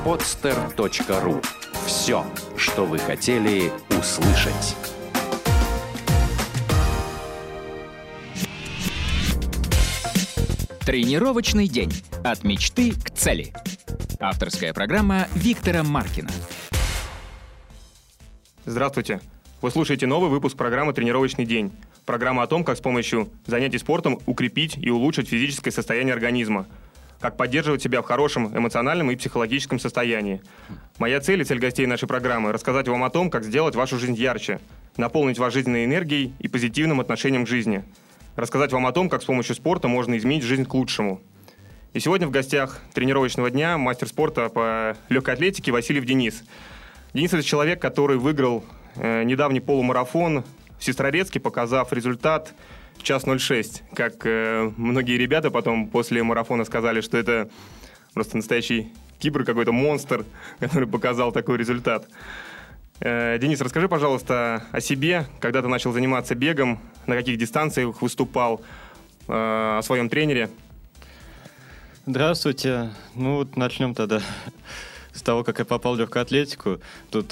podster.ru. Все, что вы хотели услышать. Тренировочный день. От мечты к цели. Авторская программа Виктора Маркина. Здравствуйте. Вы слушаете новый выпуск программы «Тренировочный день». Программа о том, как с помощью занятий спортом укрепить и улучшить физическое состояние организма. Как поддерживать себя в хорошем эмоциональном и психологическом состоянии. Моя цель и цель гостей нашей программы – рассказать вам о том, как сделать вашу жизнь ярче, наполнить вас жизненной энергией и позитивным отношением к жизни. Рассказать вам о том, как с помощью спорта можно изменить жизнь к лучшему. И сегодня в гостях тренировочного дня мастер спорта по легкой атлетике Васильев Денис. Денис – это человек, который выиграл недавний полумарафон в Сестрорецке, показав результат в час 06. Как многие ребята потом после марафона сказали, что это просто настоящий кибер, какой-то монстр, который показал такой результат. Денис, расскажи, пожалуйста, о себе, когда ты начал заниматься бегом, на каких дистанциях выступал, о своем тренере. Здравствуйте. Начнем тогда с того, как я попал в легкую атлетику. Тут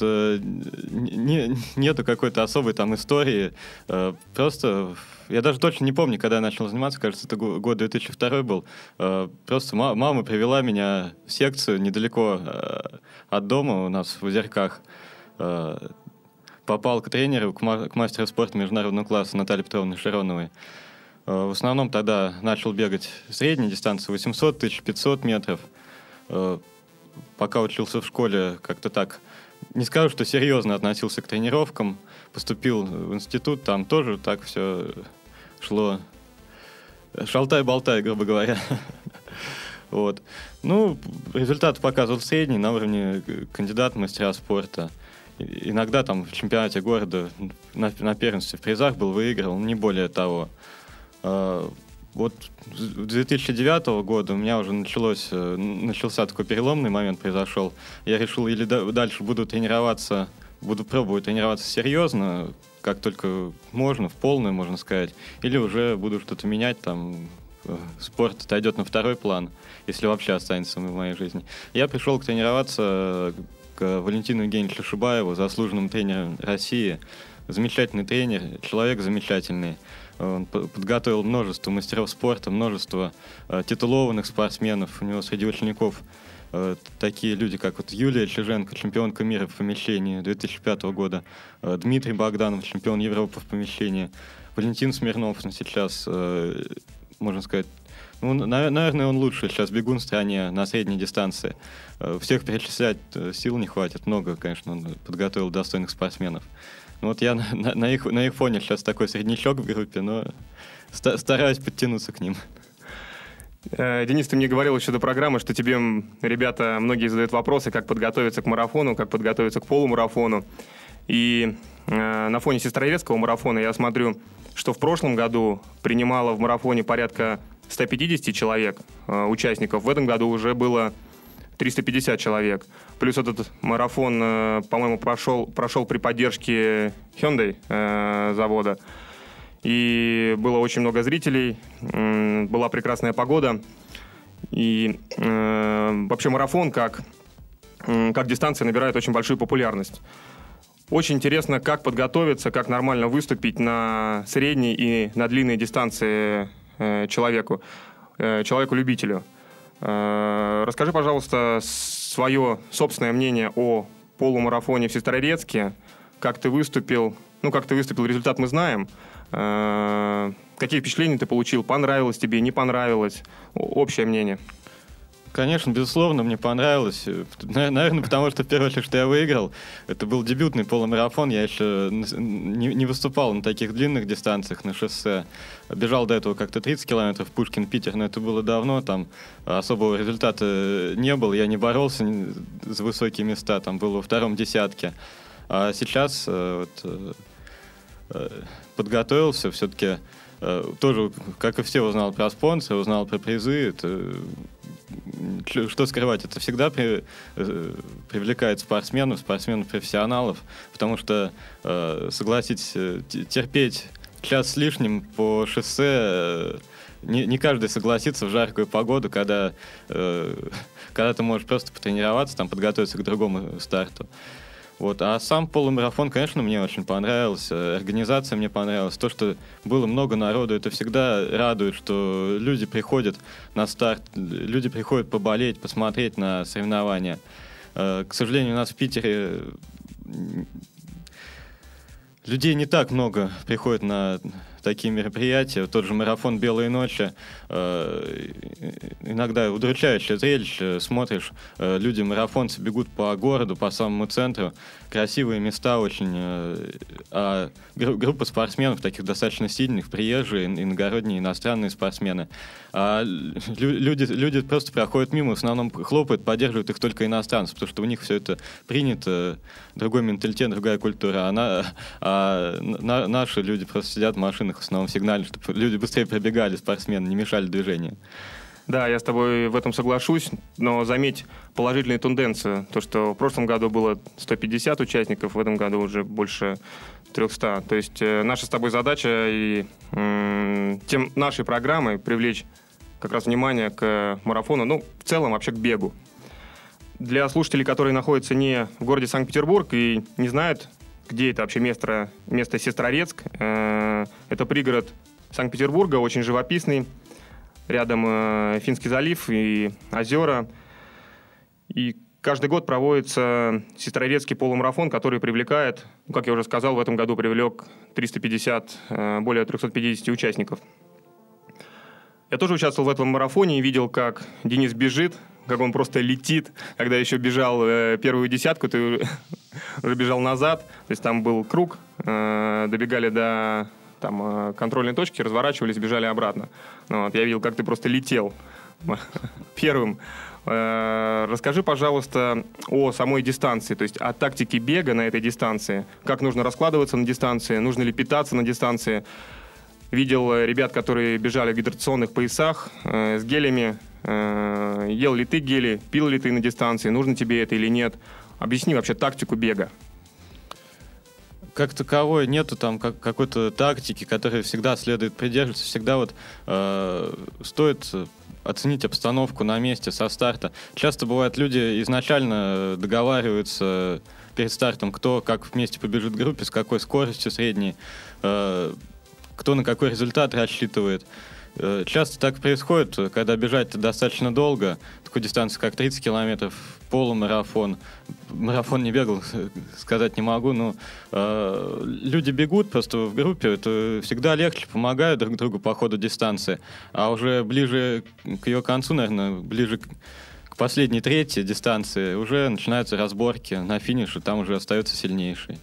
нету какой-то особой там истории. Просто я даже точно не помню, когда я начал заниматься. Кажется, это год 2002 был. Просто мама привела меня в секцию недалеко от дома у нас в Озерках. Попал к тренеру, к мастеру спорта международного класса Наталье Петровне Широновой. В основном тогда начал бегать средней дистанции 800, 1500 метров. Пока учился в школе, как-то так, не скажу, что серьезно относился к тренировкам. Поступил в институт, там тоже так все шло шалтай-болтай, грубо говоря. Вот. Результат показывал средний, на уровне кандидата в мастера спорта. Иногда там в чемпионате города на первенстве в призах был, выигрывал, не более того. Вот с 2009 года у меня уже начался такой переломный момент произошел. Я решил, или дальше буду пробовать тренироваться серьезно, как только можно, в полную, можно сказать, или уже буду что-то менять, там, спорт отойдет на второй план, если вообще останется в моей жизни. Я пришел тренироваться к Валентину Евгеньевичу Шибаеву, заслуженному тренеру России. Замечательный тренер, человек замечательный. Он подготовил множество мастеров спорта, множество титулованных спортсменов. У него среди учеников такие люди, как вот Юлия Чиженко, чемпионка мира в помещении 2005 года, Дмитрий Богданов, чемпион Европы в помещении, Валентин Смирнов сейчас, можно сказать, наверное, он лучший сейчас бегун в стране на средней дистанции. Всех перечислять сил не хватит. Много, конечно, он подготовил достойных спортсменов. Я на их фоне сейчас такой среднячок в группе, но стараюсь подтянуться к ним. Денис, ты мне говорил еще до программы, что тебе ребята, многие задают вопросы, как подготовиться к марафону, как подготовиться к полумарафону. И на фоне Сестрорецкого марафона я смотрю, что в прошлом году принимало в марафоне порядка 150 человек, участников. В этом году уже было 350 человек. Плюс этот марафон, по-моему, прошел при поддержке Hyundai завода. И было очень много зрителей, была прекрасная погода. И вообще марафон как дистанция набирает очень большую популярность. Очень интересно, как подготовиться, как нормально выступить на средней и на длинной дистанции человеку-любителю. Расскажи, пожалуйста, свое собственное мнение о полумарафоне в Сестрорецке. Как ты выступил, результат мы знаем. Какие впечатления ты получил? Понравилось тебе, не понравилось? Общее мнение. Конечно, безусловно, мне понравилось. Наверное, потому что, в первую очередь, что я выиграл. Это был дебютный полумарафон. Я еще не выступал на таких длинных дистанциях на шоссе. Бежал до этого как-то 30 километров Пушкин-Питер, но это было давно. Там особого результата не было. Я не боролся за высокие места. Там был во втором десятке. А сейчас подготовился все-таки. Тоже, как и все, узнал про спонсора, узнал про призы. Что скрывать, это всегда привлекает спортсменов-профессионалов, потому что, согласитесь, терпеть час с лишним по шоссе не каждый согласится в жаркую погоду, когда ты можешь просто потренироваться, там, подготовиться к другому старту. Вот. А сам полумарафон, конечно, мне очень понравился. Организация мне понравилась. То, что было много народу, это всегда радует, что люди приходят на старт, люди приходят поболеть, посмотреть на соревнования. К сожалению, у нас в Питере людей не так много приходит на такие мероприятия. Тот же марафон «Белые ночи». Иногда удручающее зрелище. Смотришь, люди-марафонцы бегут по городу, по самому центру. Красивые места очень. А группа спортсменов, таких достаточно сильных, приезжие, иногородние, иностранные спортсмены. А люди просто проходят мимо, в основном хлопают, поддерживают их только иностранцы, потому что у них все это принято, другой менталитет, другая культура. А наши люди просто сидят в машинах, в основном сигналят, чтобы люди быстрее пробегали, спортсмены, не мешали движению. Да, я с тобой в этом соглашусь, но заметь положительную тенденцию. То, что в прошлом году было 150 участников, в этом году уже больше 300. То есть наша с тобой задача и тем нашей программой привлечь как раз внимание к марафону, ну, в целом вообще к бегу. Для слушателей, которые находятся не в городе Санкт-Петербург и не знают, где это вообще место Сестрорецк, это пригород Санкт-Петербурга, очень живописный. Рядом Финский залив и озера. И каждый год проводится Сестрорецкий полумарафон, который привлекает, как я уже сказал, в этом году привлек более 350 участников. Я тоже участвовал в этом марафоне и видел, как Денис бежит, как он просто летит. Когда еще бежал первую десятку, ты уже бежал назад. То есть там был круг, добегали до контрольной точки, разворачивались, бежали обратно. Вот, я видел, как ты просто летел первым. Расскажи, пожалуйста, о самой дистанции, то есть о тактике бега на этой дистанции. Как нужно раскладываться на дистанции, нужно ли питаться на дистанции. Видел ребят, которые бежали в гидратационных поясах с гелями. Ел ли ты гели, пил ли ты на дистанции, нужно тебе это или нет. Объясни вообще тактику бега. Как таковой нету там какой-то тактики, которой всегда следует придерживаться. Всегда стоит оценить обстановку на месте со старта. Часто бывает, люди изначально договариваются перед стартом, кто как вместе побежит в группе, с какой скоростью средней, кто на какой результат рассчитывает. Часто так происходит, когда бежать достаточно долго, такой дистанции, как 30 километров, полумарафон. Марафон не бегал, сказать не могу, но люди бегут просто в группе, это всегда легче, помогают друг другу по ходу дистанции. А уже ближе к ее концу, наверное, ближе к последней трети дистанции, уже начинаются разборки на финише, там уже остается сильнейший.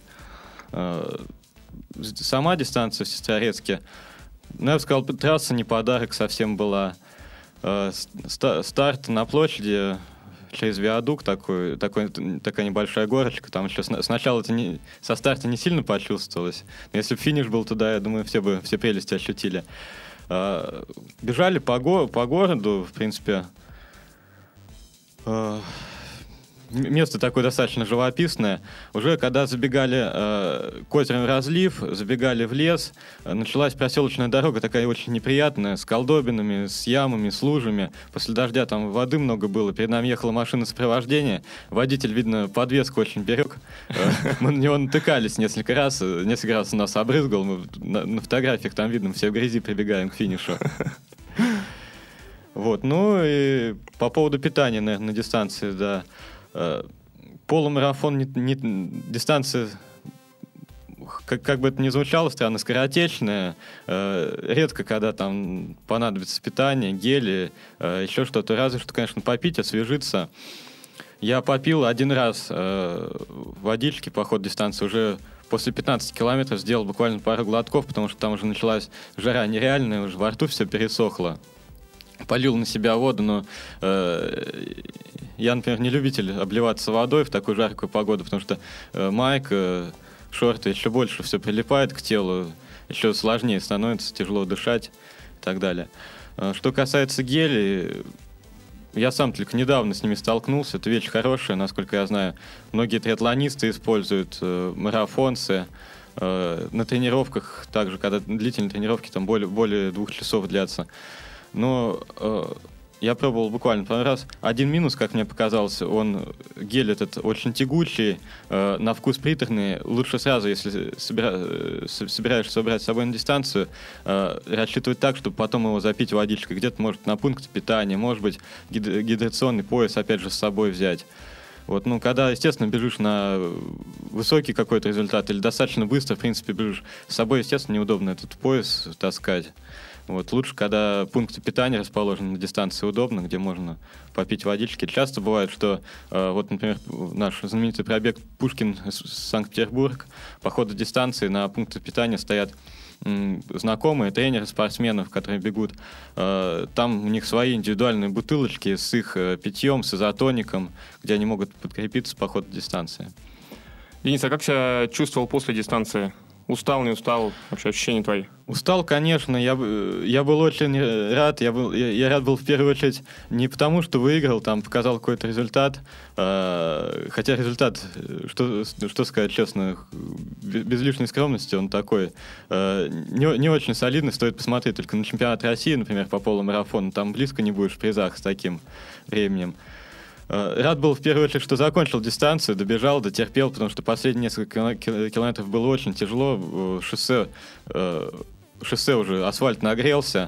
Сама дистанция в Сестрорецке, я бы сказал, трасса не подарок совсем была. Старт на площади через виадук, такая небольшая горочка. Там еще сначала это со старта не сильно почувствовалось. Но если бы финиш был туда, я думаю, все прелести ощутили. Бежали по городу, в принципе. Место такое достаточно живописное. Уже когда забегали к озеру Разлив, забегали в лес, началась проселочная дорога, такая очень неприятная, с колдобинами, с ямами, с лужами. После дождя там воды много было. Перед нами ехала машина сопровождения. Водитель, видно, подвеску очень берег. Мы на него натыкались несколько раз он нас обрызгал. Мы на фотографиях там видно, все в грязи прибегаем к финишу. Вот. Ну и по поводу питания, наверное, на дистанции, да. Полумарафон дистанция, как бы это ни звучало странно, скоротечная. Редко, когда там понадобится питание, гели, еще что-то. Разве что, конечно, попить, освежиться. Я попил один раз водички по ходу дистанции, уже после 15 километров сделал буквально пару глотков, потому что там уже началась жара нереальная, уже во рту все пересохло. Полил на себя воду, но я, например, не любитель обливаться водой в такую жаркую погоду, потому что майка, шорты, еще больше все прилипает к телу, еще сложнее становится, тяжело дышать и так далее. Что касается гелей, я сам только недавно с ними столкнулся, это вещь хорошая, насколько я знаю. Многие триатлонисты используют, марафонцы. На тренировках также, когда длительные тренировки, там более 2 часов длятся. Но я пробовал буквально пару раз. Один минус, как мне показалось, гель этот очень тягучий, на вкус приторный. Лучше сразу, если собираешься собрать с собой на дистанцию, рассчитывать так, чтобы потом его запить водичкой. Где-то, может, на пункте питания, может быть, гидрационный пояс, опять же, с собой взять. Вот, когда, естественно, бежишь на высокий какой-то результат или достаточно быстро, в принципе, бежишь с собой, естественно, неудобно этот пояс таскать. Вот, лучше, когда пункты питания расположены на дистанции удобно, где можно попить водички. Часто бывает, что, например, наш знаменитый пробег Пушкин-Санкт-Петербург, по ходу дистанции на пунктах питания стоят знакомые тренеры спортсменов, которые бегут. Там у них свои индивидуальные бутылочки с их питьем, с изотоником, где они могут подкрепиться по ходу дистанции. Денис, а как себя чувствовал после дистанции? Устал, не устал? Вообще ощущения твои? Устал, конечно. Я был очень рад. Я рад был в первую очередь не потому, что выиграл, показал какой-то результат. Хотя результат, что сказать честно, без лишней скромности, он такой. Не очень солидный. Стоит посмотреть только на чемпионат России, например, по полумарафону. Там близко не будешь в призах с таким временем. Рад был в первую очередь, что закончил дистанцию, добежал, дотерпел, потому что последние несколько километров было очень тяжело. Шоссе уже, асфальт нагрелся,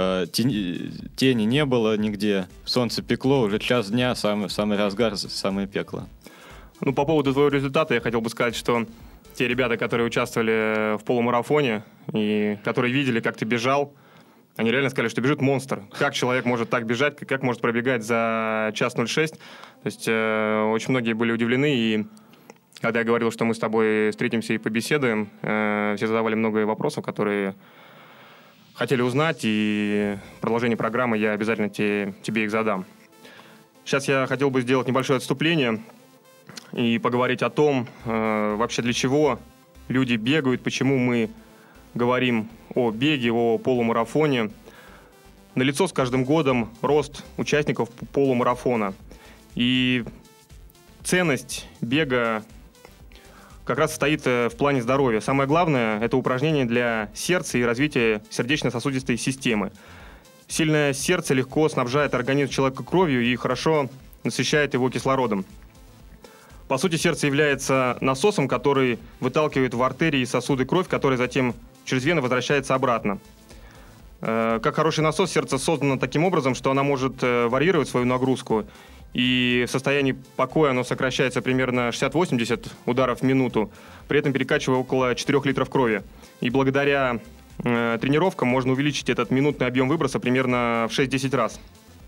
тени не было нигде, солнце пекло, уже час дня, самый разгар, самое пекло. По поводу твоего результата я хотел бы сказать, что те ребята, которые участвовали в полумарафоне и которые видели, как ты бежал, они реально сказали, что бежит монстр. Как человек может так бежать, как может пробегать за час 06? То есть очень многие были удивлены. И когда я говорил, что мы с тобой встретимся и побеседуем, все задавали много вопросов, которые хотели узнать. И в продолжении программы я обязательно тебе их задам. Сейчас я хотел бы сделать небольшое отступление и поговорить о том, вообще для чего люди бегают, почему мы говорим о беге, о полумарафоне. Налицо с каждым годом рост участников полумарафона. И ценность бега как раз стоит в плане здоровья. Самое главное – это упражнение для сердца и развития сердечно-сосудистой системы. Сильное сердце легко снабжает организм человека кровью и хорошо насыщает его кислородом. По сути, сердце является насосом, который выталкивает в артерии и сосуды кровь, которая затем через вены возвращается обратно. Как хороший насос, сердце создано таким образом, что оно может варьировать свою нагрузку. И в состоянии покоя оно сокращается примерно 60-80 ударов в минуту, при этом перекачивая около 4 литров крови. И благодаря тренировкам можно увеличить этот минутный объем выброса примерно в 6-10 раз.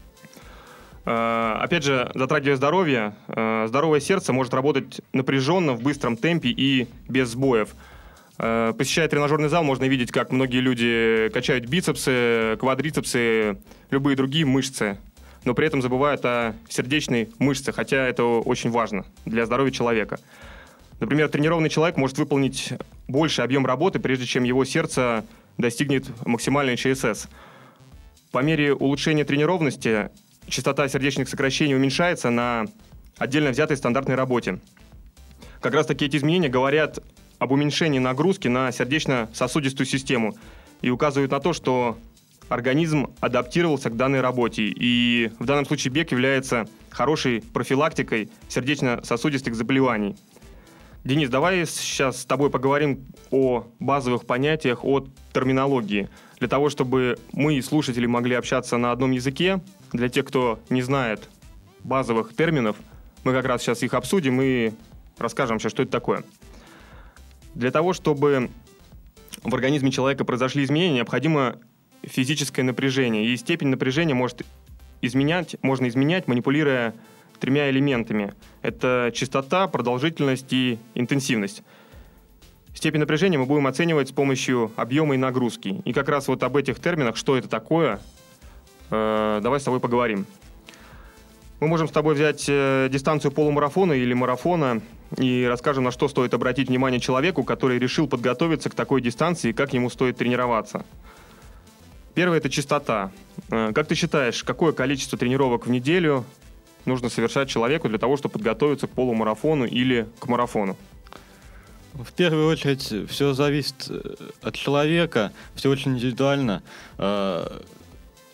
Опять же, затрагивая здоровье, здоровое сердце может работать напряженно, в быстром темпе и без сбоев. Посещая тренажерный зал, можно видеть, как многие люди качают бицепсы, квадрицепсы, любые другие мышцы, но при этом забывают о сердечной мышце, хотя это очень важно для здоровья человека. Например, тренированный человек может выполнить больший объем работы, прежде чем его сердце достигнет максимальной ЧСС. По мере улучшения тренированности частота сердечных сокращений уменьшается на отдельно взятой стандартной работе. Как раз таки эти изменения говорят об уменьшении нагрузки на сердечно-сосудистую систему и указывают на то, что организм адаптировался к данной работе. И в данном случае бег является хорошей профилактикой сердечно-сосудистых заболеваний. Денис, давай сейчас с тобой поговорим о базовых понятиях, о терминологии. Для того, чтобы мы и слушатели могли общаться на одном языке, для тех, кто не знает базовых терминов, мы как раз сейчас их обсудим и расскажем сейчас, что это такое. Для того, чтобы в организме человека произошли изменения, необходимо физическое напряжение. И степень напряжения можно изменять, манипулируя 3 элементами. Это частота, продолжительность и интенсивность. Степень напряжения мы будем оценивать с помощью объема и нагрузки. И как раз вот об этих терминах, что это такое, давай с тобой поговорим. Мы можем с тобой взять дистанцию полумарафона или марафона и расскажем, на что стоит обратить внимание человеку, который решил подготовиться к такой дистанции и как ему стоит тренироваться. Первое – это частота. Как ты считаешь, какое количество тренировок в неделю нужно совершать человеку для того, чтобы подготовиться к полумарафону или к марафону? В первую очередь, все зависит от человека, все очень индивидуально.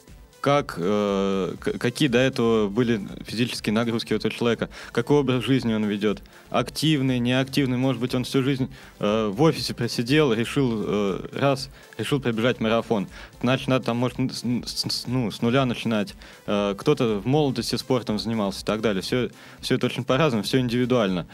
какие до этого были физические нагрузки у этого человека, какой образ жизни он ведет, активный, неактивный, может быть, он всю жизнь в офисе просидел, решил пробежать марафон. Значит, надо там, может, с нуля начинать. Кто-то в молодости спортом занимался и так далее. Все это очень по-разному, все индивидуально.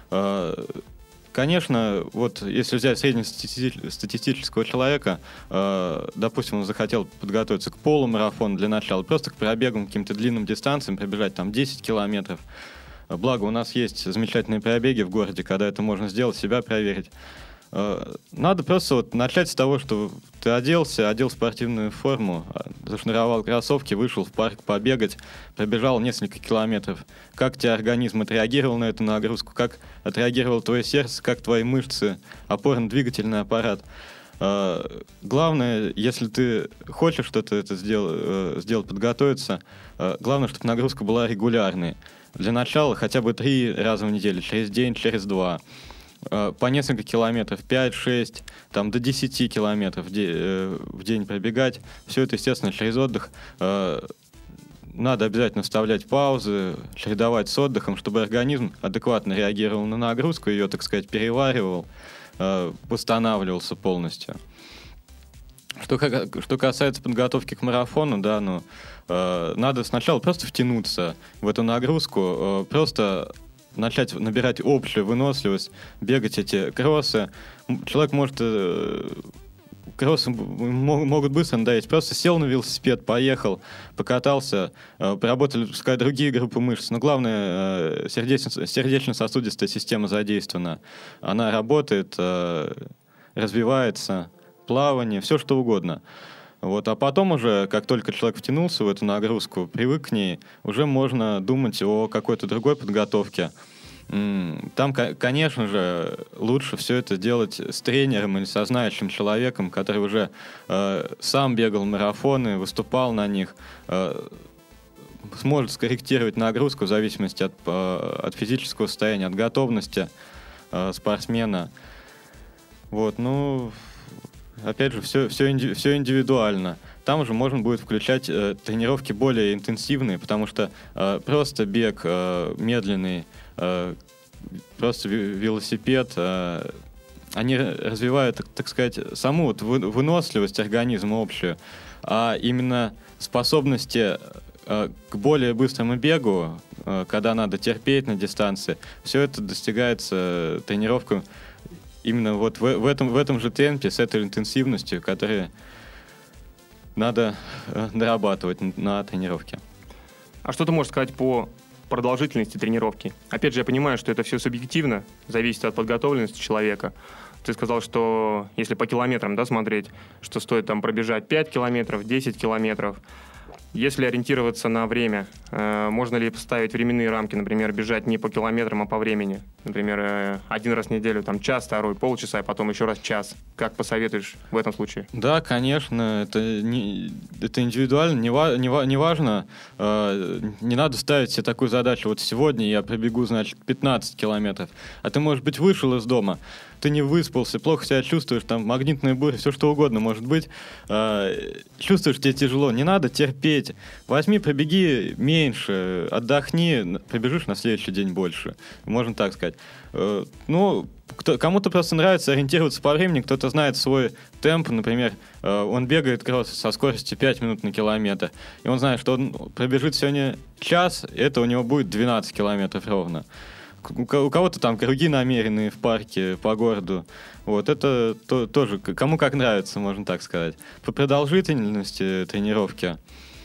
Конечно, вот если взять среднестатистического человека, допустим, он захотел подготовиться к полумарафону для начала, просто к пробегам, каким-то длинным дистанциям, пробежать там 10 километров. Благо, у нас есть замечательные пробеги в городе, когда это можно сделать, себя проверить. Надо просто вот начать с того, что ты одел спортивную форму, зашнуровал кроссовки, вышел в парк побегать, пробежал несколько километров. Как тебе организм отреагировал на эту нагрузку, как отреагировало твое сердце, как твои мышцы, опорно-двигательный аппарат. Главное, если ты хочешь что-то это сделать, подготовиться, главное, чтобы нагрузка была регулярной. Для начала хотя бы 3 раза в неделю, через день, через 2. По несколько километров, 5-6, там, до 10 километров в день пробегать. Все это, естественно, через отдых. Надо обязательно вставлять паузы, чередовать с отдыхом, чтобы организм адекватно реагировал на нагрузку, ее, так сказать, переваривал, восстанавливался полностью. Что касается подготовки к марафону, да, надо сначала просто втянуться в эту нагрузку, просто начать набирать общую выносливость, бегать эти кроссы. Человек может... Кроссы могут быстро надоесть. Просто сел на велосипед, поехал, покатался, поработали, пускай, другие группы мышц. Но главное, сердечно-сосудистая система задействована. Она работает, развивается, плавание, все что угодно. Вот, а потом уже, как только человек втянулся в эту нагрузку, привык к ней, уже можно думать о какой-то другой подготовке. Там, конечно же, лучше все это делать с тренером или со знающим человеком, который уже сам бегал марафоны, выступал на них, сможет скорректировать нагрузку в зависимости от физического состояния, от готовности спортсмена. Вот, опять же, все индивидуально. Там уже можно будет включать тренировки более интенсивные, потому что просто бег медленный, просто велосипед, они развивают, так сказать, саму вот выносливость организма общую, а именно способности к более быстрому бегу, когда надо терпеть на дистанции, все это достигается тренировкой именно вот в этом же темпе, с этой интенсивностью, которую надо дорабатывать на тренировке. А что ты можешь сказать по продолжительности тренировки? Опять же, я понимаю, что это все субъективно, зависит от подготовленности человека. Ты сказал, что если по километрам, да, смотреть, что стоит там пробежать 5 километров, 10 километров. Если ориентироваться на время, можно ли поставить временные рамки, например, бежать не по километрам, а по времени? Например, 1 раз в неделю, там час, второй, полчаса, и потом еще раз час. Как посоветуешь в этом случае? Да, конечно, это индивидуально, не важно. Не надо ставить себе такую задачу, вот сегодня я пробегу, значит, 15 километров, а ты, может быть, вышел из дома, ты не выспался, плохо себя чувствуешь, там магнитная буря, все что угодно может быть, чувствуешь, тебе тяжело, не надо терпеть, возьми, пробеги меньше, отдохни, пробежишь на следующий день больше, можно так сказать. Кому-то просто нравится ориентироваться по времени, кто-то знает свой темп, например, он бегает кросс со скоростью 5 минут на километр, и он знает, что он пробежит сегодня час, это у него будет 12 километров ровно. У кого-то там круги намеренные в парке, по городу. Вот, это тоже кому как нравится, можно так сказать. По продолжительности тренировки,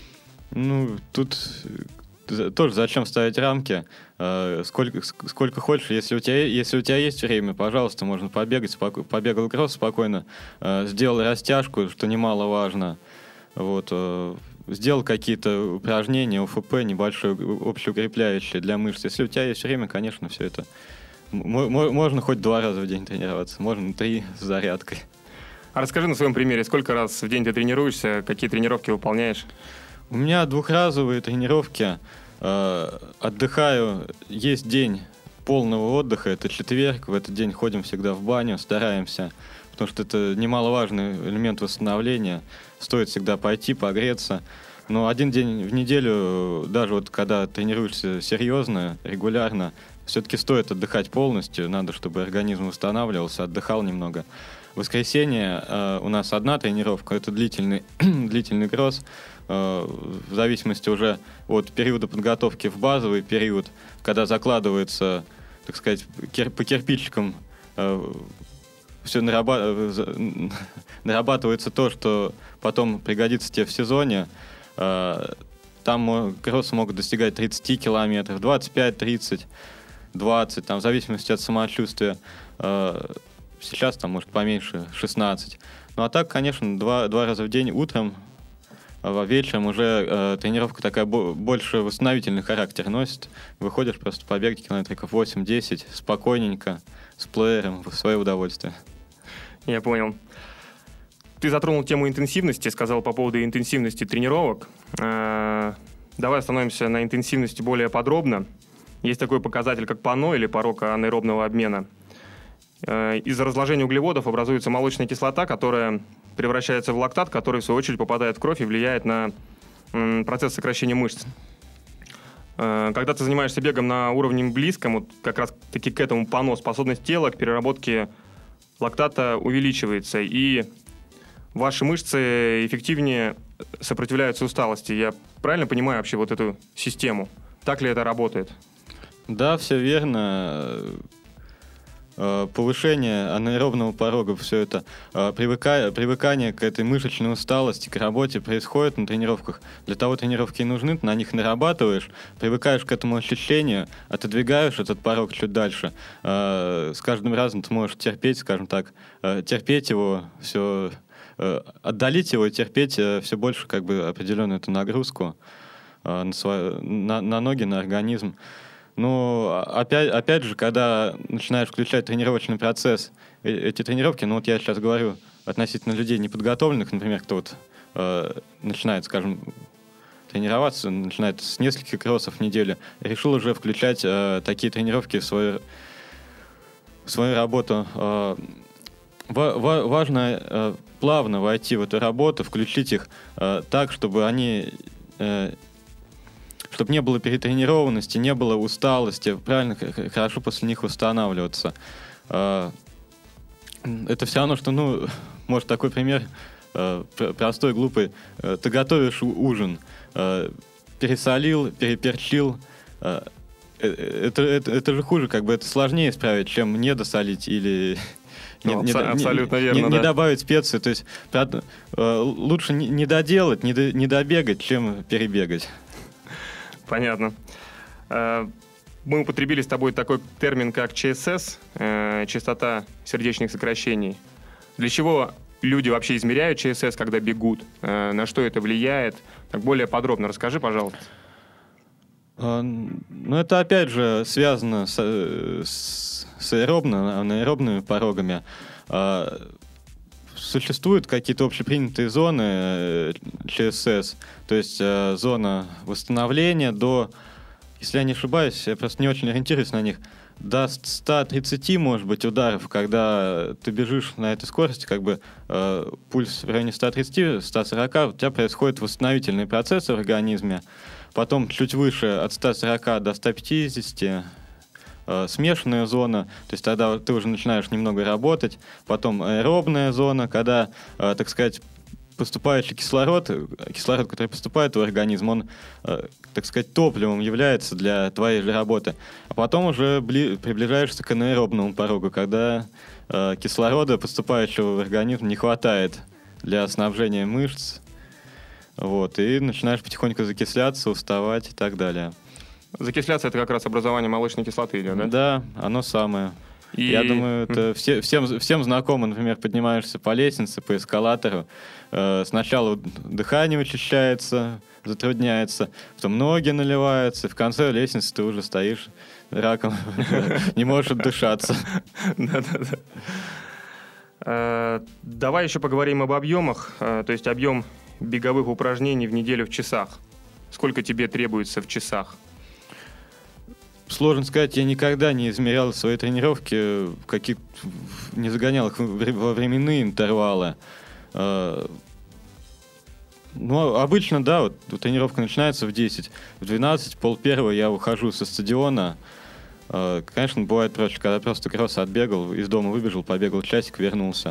тут тоже зачем ставить рамки? Сколько хочешь. Если у тебя есть время, пожалуйста, можно побегать. Побегал кросс спокойно, сделал растяжку, что немаловажно. Вот, сделал какие-то упражнения, ОФП, небольшое общеукрепляющее для мышц. Если у тебя есть время, конечно, все это. Можно хоть 2 раза в день тренироваться, можно 3 с зарядкой. А расскажи на своем примере, сколько раз в день ты тренируешься, какие тренировки выполняешь? У меня 2-разовые тренировки. Отдыхаю. Есть день полного отдыха, это четверг. В этот день ходим всегда в баню, стараемся, потому что это немаловажный элемент восстановления. Стоит всегда пойти, погреться. Но один день в неделю, даже вот когда тренируешься серьезно, регулярно, все-таки стоит отдыхать полностью. Надо, чтобы организм восстанавливался, отдыхал немного. В воскресенье у нас одна тренировка, это длительный кросс. В зависимости уже от периода подготовки в базовый период, когда закладывается, так сказать, по кирпичикам все нарабатывается то, что потом пригодится тебе в сезоне. Там кроссы могут достигать 30 километров, 25, 30, 20, там, в зависимости от самочувствия. Сейчас там, может, поменьше, 16. Ну, а так, конечно, два раза в день, утром, а вечером уже тренировка такая больше восстановительный характер носит. Выходишь просто побегать километриков 8-10, спокойненько, с плеером, в свое удовольствие. Я понял. Ты затронул тему интенсивности, сказал по поводу интенсивности тренировок. Давай остановимся на интенсивности более подробно. Есть такой показатель, как ПАНО или порог анаэробного обмена. Из-за разложения углеводов образуется молочная кислота, которая превращается в лактат, который в свою очередь попадает в кровь и влияет на процесс сокращения мышц. Когда ты занимаешься бегом на уровне близком, вот как раз таки к этому ПАНО, способность тела к переработке лактата увеличивается, и ваши мышцы эффективнее сопротивляются усталости. Я правильно понимаю вообще вот эту систему? Так ли это работает? Да, все верно. Повышение анаэробного порога, все это, привыкание к этой мышечной усталости, к работе происходит на тренировках. Для того тренировки и нужны, на них нарабатываешь, привыкаешь к этому ощущению, отодвигаешь этот порог чуть дальше. С каждым разом ты можешь терпеть, скажем так, терпеть его, все, отдалить его и терпеть все больше как бы определенную эту нагрузку на ноги, на организм. Ну, опять же, когда начинаешь включать тренировочный процесс, эти тренировки, ну вот я сейчас говорю относительно людей неподготовленных, например, кто вот начинает, скажем, тренироваться, начинает с нескольких кроссов в неделю, решил уже включать такие тренировки в свою работу. Важно плавно войти в эту работу, включить их так, чтобы они... чтобы не было перетренированности, не было усталости, правильно, хорошо после них восстанавливаться. Это все равно, что, ну, может, такой пример, простой, глупый. Ты готовишь ужин, пересолил, переперчил. Это же хуже, как бы это сложнее исправить, чем не досолить или... Абсолютно верно, не добавить специи. То есть лучше не доделать, не добегать, чем перебегать. Понятно. Мы употребили с тобой такой термин, как ЧСС, частота сердечных сокращений. Для чего люди вообще измеряют ЧСС, когда бегут? На что это влияет? Так более подробно расскажи, пожалуйста. Ну, это опять же связано с анаэробными порогами. Существуют какие-то общепринятые зоны ЧСС, то есть зона восстановления до, если я не ошибаюсь, я просто не очень ориентируюсь на них, до 130, может быть, ударов, когда ты бежишь на этой скорости, как бы пульс в районе 130-140, у тебя происходят восстановительные процессы в организме, потом чуть выше от 140 до 150 смешанная зона, то есть тогда ты уже начинаешь немного работать, потом аэробная зона, когда, так сказать, поступающий кислород, который поступает в организм, он, так сказать, топливом является для твоей же работы. А потом уже приближаешься к анаэробному порогу, когда кислорода, поступающего в организм, не хватает для снабжения мышц, вот, и начинаешь потихоньку закисляться, уставать и так далее. Закисляться — это как раз образование молочной кислоты идет, да? Да, оно самое. Я думаю, это всем знакомо. Например, поднимаешься по лестнице, по эскалатору. Сначала дыхание учащается, затрудняется, потом ноги наливаются, и в конце лестницы ты уже стоишь раком, не можешь отдышаться. Давай еще поговорим об объемах, то есть объем беговых упражнений в неделю в часах. Сколько тебе требуется в часах? Сложно сказать, я никогда не измерял свои тренировки, не загонял их во временные интервалы. Ну, обычно, да, вот тренировка начинается в 10, в 12, пол-первого я ухожу со стадиона. Конечно, бывает проще, когда просто кросс отбегал, из дома выбежал, побегал часик, вернулся.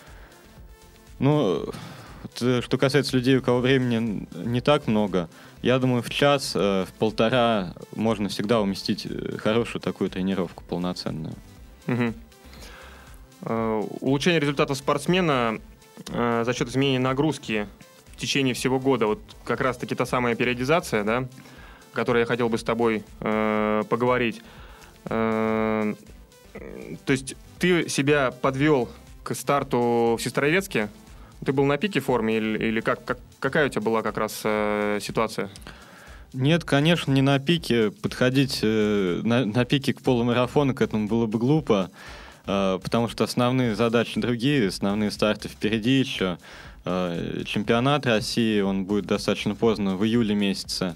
Ну, что касается людей, у кого времени не так много, я думаю, в час, в полтора можно всегда уместить хорошую такую тренировку, полноценную. Угу. Улучшение результатов спортсмена за счет изменения нагрузки в течение всего года. Вот как раз-таки та самая периодизация, да, о которой я хотел бы с тобой поговорить. То есть ты себя подвел к старту в Сестрорецке? Ты был на пике формы или какая у тебя была как раз ситуация? Нет, конечно, не на пике. Подходить на пике к полумарафону к этому было бы глупо, потому что основные задачи другие, основные старты впереди еще. Чемпионат России, он будет достаточно поздно, в июле месяце.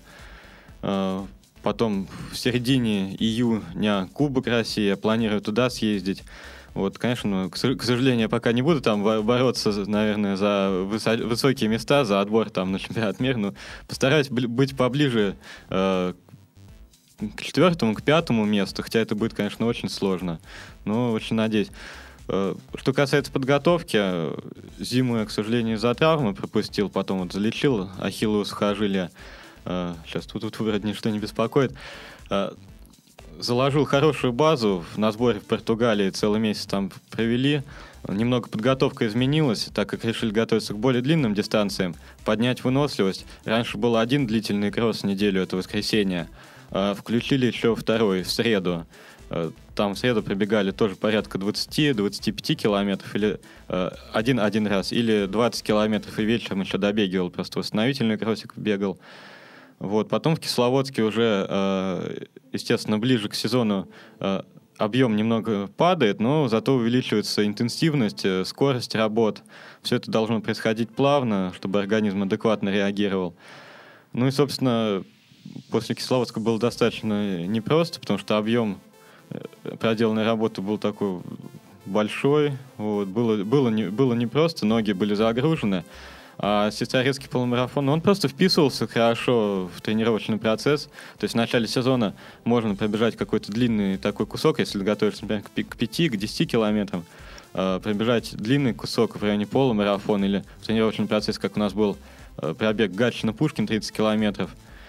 Потом в середине июня Кубок России, я планирую туда съездить. Вот, конечно, к сожалению, я пока не буду там бороться, наверное, за высокие места, за отбор там на чемпионат мира, но постараюсь быть поближе к 4-му, к 5-му месту, хотя это будет, конечно, очень сложно, но очень надеюсь. Что касается подготовки, зиму я, к сожалению, из-за травмы пропустил, потом вот залечил ахиллово сухожилие. Сейчас тут вроде ничто не беспокоит. Заложил хорошую базу на сборе в Португалии, целый месяц там провели. Немного подготовка изменилась, так как решили готовиться к более длинным дистанциям, поднять выносливость. Раньше был один длительный кросс в неделю, это воскресенье. Включили еще второй в среду. Там в среду пробегали тоже порядка 20-25 километров, или один раз, или 20 километров, и вечером еще добегивал, просто восстановительный кроссик бегал. Вот. Потом в Кисловодске уже, естественно, ближе к сезону объем немного падает, но зато увеличивается интенсивность, скорость работ. Все это должно происходить плавно, чтобы организм адекватно реагировал. Ну и, собственно, после Кисловодска было достаточно непросто, потому что объем проделанной работы был такой большой. Вот. Было непросто, ноги были загружены. А Сестрорецкий полумарафон, он просто вписывался хорошо в тренировочный процесс. То есть в начале сезона можно пробежать какой-то длинный такой кусок, если готовишься, например, к 5, к 10 километрам, пробежать длинный кусок в районе полумарафона или в тренировочном процессе, как у нас был пробег Гатчина-Пушкин 30 километров.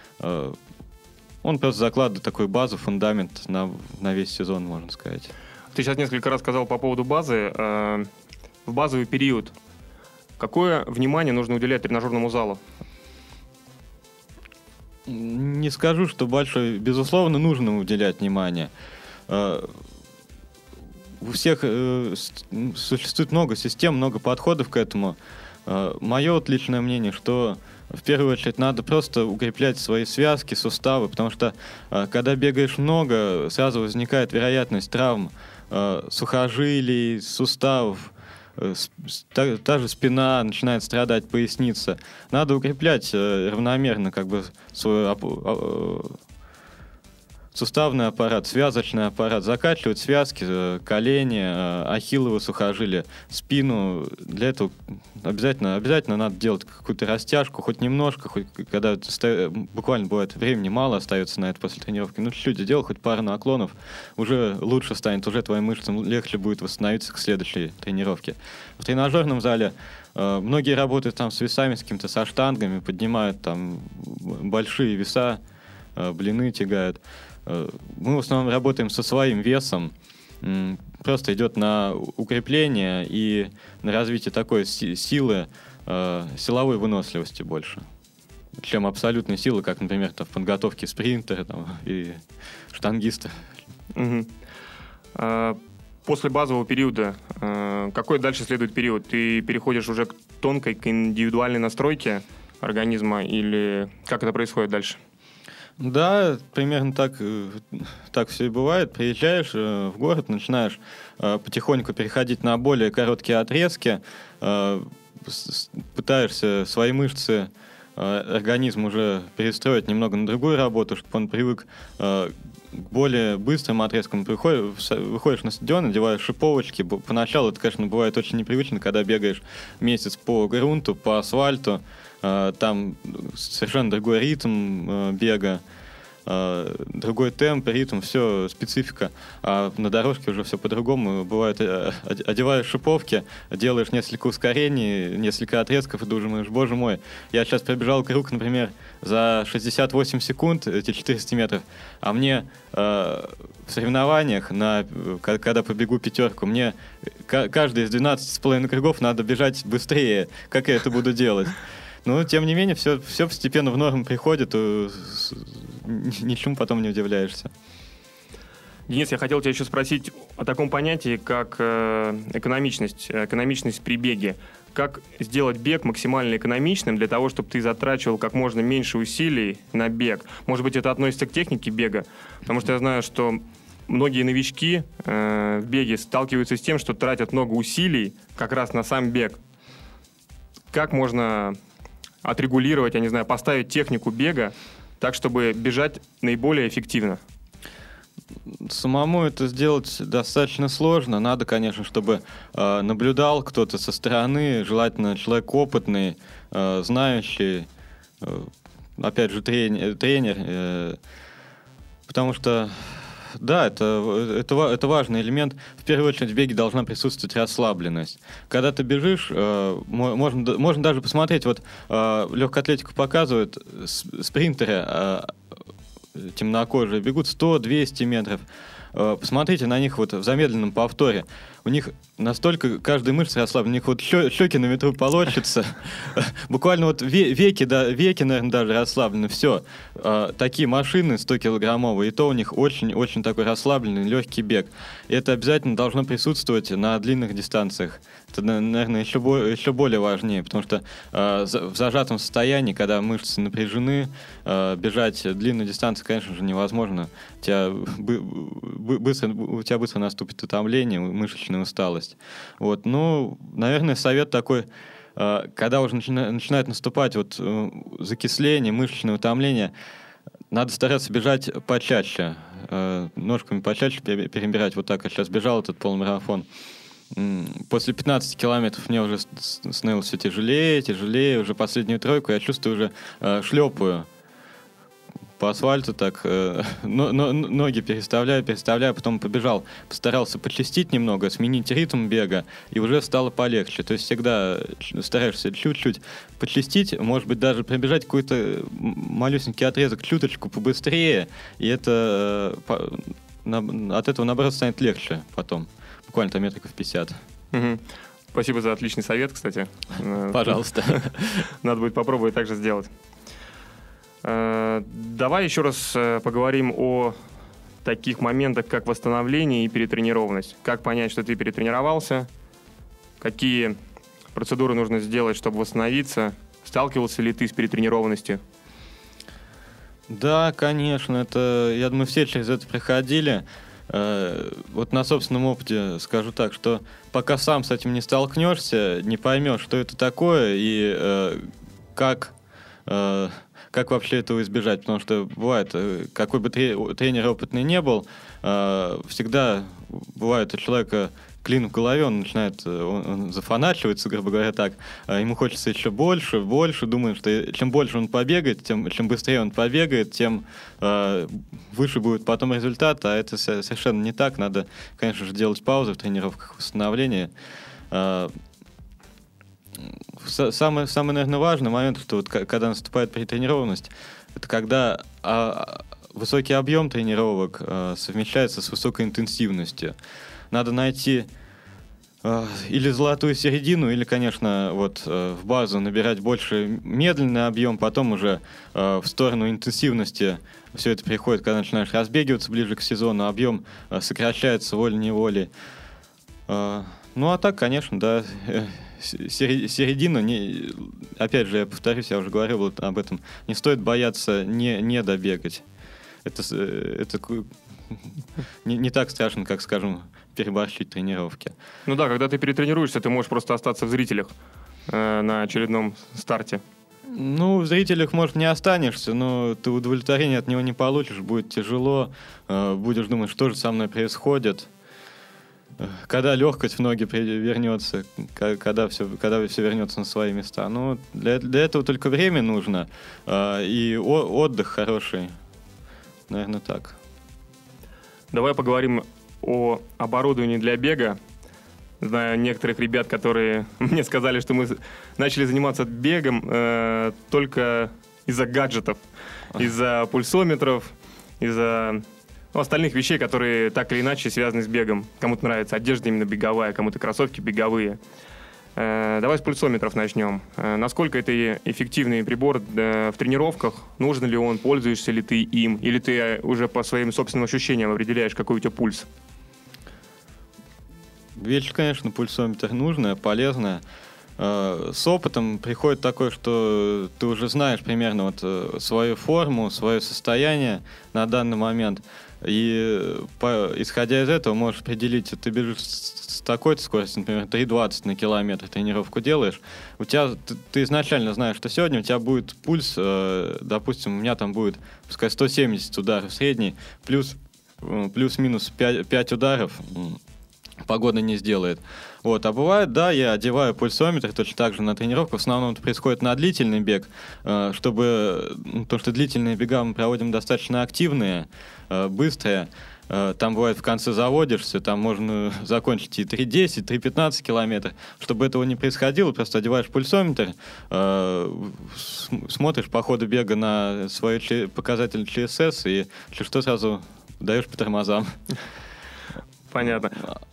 Он просто закладывает такую базу, фундамент на весь сезон, можно сказать. Ты сейчас несколько раз сказал по поводу базы. В базовый период какое внимание нужно уделять тренажерному залу? Не скажу, что большое. Безусловно, нужно уделять внимание. У всех существует много систем, много подходов к этому. Мое вот личное мнение, что в первую очередь надо просто укреплять свои связки, суставы, потому что когда бегаешь много, сразу возникает вероятность травм сухожилий, суставов. Та же спина начинает страдать, поясница. Надо укреплять равномерно как бы свой суставный аппарат, связочный аппарат, закачивать связки, колени, ахиллово сухожилие, спину. Для этого обязательно надо делать какую-то растяжку, хоть немножко, хоть когда буквально бывает времени мало остается на это после тренировки. Ну, чуть-чуть сделал, хоть пару наклонов, уже лучше станет, уже твоим мышцам легче будет восстановиться к следующей тренировке. В тренажерном зале многие работают там с весами, с какими-то, со штангами, поднимают там большие веса, блины тягают. Мы в основном работаем со своим весом, просто идет на укрепление и на развитие такой силы, силовой выносливости больше, чем абсолютной силы, как, например, в подготовке спринтера и штангиста. Угу. После базового периода какой дальше следует период? Ты переходишь уже к тонкой, к индивидуальной настройке организма, или как это происходит дальше? Да, примерно так все и бывает. Приезжаешь в город, начинаешь потихоньку переходить на более короткие отрезки, пытаешься свои мышцы, организм уже перестроить немного на другую работу, чтобы он привык к более быстрым отрезкам. Выходишь на стадион, надеваешь шиповочки. Поначалу это, конечно, бывает очень непривычно, когда бегаешь месяц по грунту, по асфальту. там совершенно другой ритм бега, другой темп, ритм, все, специфика. А на дорожке уже все по-другому. Бывает, одеваешь шиповки, делаешь несколько ускорений, несколько отрезков и думаешь, боже мой, я сейчас пробежал круг, например, за 68 секунд, эти 400 метров, а мне в соревнованиях, когда побегу пятерку, мне каждый из 12,5 кругов надо бежать быстрее. Как я это буду делать? Но, тем не менее, все постепенно в норму приходит, ничему потом не удивляешься. Денис, я хотел тебя еще спросить о таком понятии, как экономичность при беге. Как сделать бег максимально экономичным для того, чтобы ты затрачивал как можно меньше усилий на бег? Может быть, это относится к технике бега? Потому что я знаю, что многие новички в беге сталкиваются с тем, что тратят много усилий как раз на сам бег. Как можно отрегулировать, я не знаю, поставить технику бега так, чтобы бежать наиболее эффективно? Самому это сделать достаточно сложно. Надо, конечно, чтобы наблюдал кто-то со стороны, желательно человек опытный, знающий, опять же, тренер. Потому что, да, это важный элемент. В первую очередь в беге должна присутствовать расслабленность. Когда ты бежишь, можно даже посмотреть, вот легкоатлетику показывают, спринтеры темнокожие бегут 100-200 метров. Посмотрите на них вот в замедленном повторе. У них настолько каждая мышца расслаблена, у них вот щеки на ветру полощутся. Буквально вот веки, наверное, даже расслаблены. Все. Такие машины 100-килограммовые, и то у них очень-очень такой расслабленный, легкий бег. И это обязательно должно присутствовать на длинных дистанциях. Это, наверное, еще более важнее, потому что в зажатом состоянии, когда мышцы напряжены, бежать длинную дистанцию, конечно же, невозможно. У тебя быстро наступит утомление, мышечная усталость. Вот. Ну, наверное, совет такой, когда уже начинает наступать вот закисление, мышечное утомление, надо стараться бежать почаще, ножками почаще перебирать. Вот так я сейчас бежал этот полумарафон. После 15 километров мне уже становилось все тяжелее, уже последнюю тройку я чувствую, уже шлепаю по асфальту так, ноги переставляю, потом побежал, постарался почастить немного, сменить ритм бега, и уже стало полегче. То есть всегда стараешься чуть-чуть почастить, может быть, даже пробежать какой-то малюсенький отрезок чуточку побыстрее, и это от этого, наоборот, станет легче потом. Буквально там метриков 50. Угу. Спасибо за отличный совет, кстати. Пожалуйста. Надо будет попробовать так же сделать. Давай еще раз поговорим о таких моментах, как восстановление и перетренированность. Как понять, что ты перетренировался? Какие процедуры нужно сделать, чтобы восстановиться? Сталкивался ли ты с перетренированностью? Да, конечно. Это, я думаю, все через это проходили. Вот на собственном опыте скажу так, что пока сам с этим не столкнешься, не поймешь, что это такое и как вообще этого избежать. Потому что бывает, какой бы тренер опытный не был, всегда бывает у человека клин в голове, он зафанатливается, грубо говоря, так. Ему хочется еще больше, думает, что чем больше он побегает, чем быстрее он побегает, тем выше будет потом результат, а это совершенно не так. Надо, конечно же, делать паузы в тренировках, восстановления. Самый, наверное, важный момент, что вот когда наступает перетренированность, это когда высокий объем тренировок совмещается с высокой интенсивностью. Надо найти или золотую середину, или, конечно, вот в базу набирать больше медленный объем, потом уже в сторону интенсивности все это приходит, когда начинаешь разбегиваться ближе к сезону, объем сокращается волей-неволей. Ну, а так, конечно, да, середина, опять же, я повторюсь, я уже говорил об этом, не стоит бояться не добегать. Это не так страшно, как, скажем, переборщить тренировки. Ну да, когда ты перетренируешься, ты можешь просто остаться в зрителях на очередном старте. Ну, в зрителях, может, не останешься, но ты удовлетворения от него не получишь, будет тяжело, будешь думать, что же со мной происходит. когда легкость в ноги вернется, когда все вернется на свои места. Ну, для этого только время нужно и отдых хороший. Наверное, так. Давай поговорим о оборудовании для бега. Знаю некоторых ребят, которые мне сказали, что мы начали заниматься бегом только из-за гаджетов, из-за пульсометров, из-за остальных вещей, которые так или иначе связаны с бегом. Кому-то нравится одежда именно беговая, кому-то кроссовки беговые. Давай с пульсометров начнем. Насколько это эффективный прибор в тренировках? Нужен ли он? Пользуешься ли ты им? Или ты уже по своим собственным ощущениям определяешь, какой у тебя пульс? Вещь, конечно, пульсометр нужная, полезная. С опытом приходит такое, что ты уже знаешь примерно вот свою форму, свое состояние на данный момент. И исходя из этого можешь определить, ты бежишь с такой-то скоростью, например, 3:20 на километр тренировку делаешь, у тебя, ты изначально знаешь, что сегодня у тебя будет пульс, допустим, у меня там будет, пускай 170 ударов средний, плюс-минус 5 ударов погода не сделает. Вот. А бывает, да, я одеваю пульсометр точно так же на тренировку. В основном это происходит на длительный бег, то что длительные бега мы проводим достаточно активные, быстрые. Там бывает в конце заводишься, там можно закончить и 3:10, 3:15 километров. Чтобы этого не происходило, просто одеваешь пульсометр, смотришь по ходу бега на свой показатель ЧСС и если что, сразу даешь по тормозам. Понятно.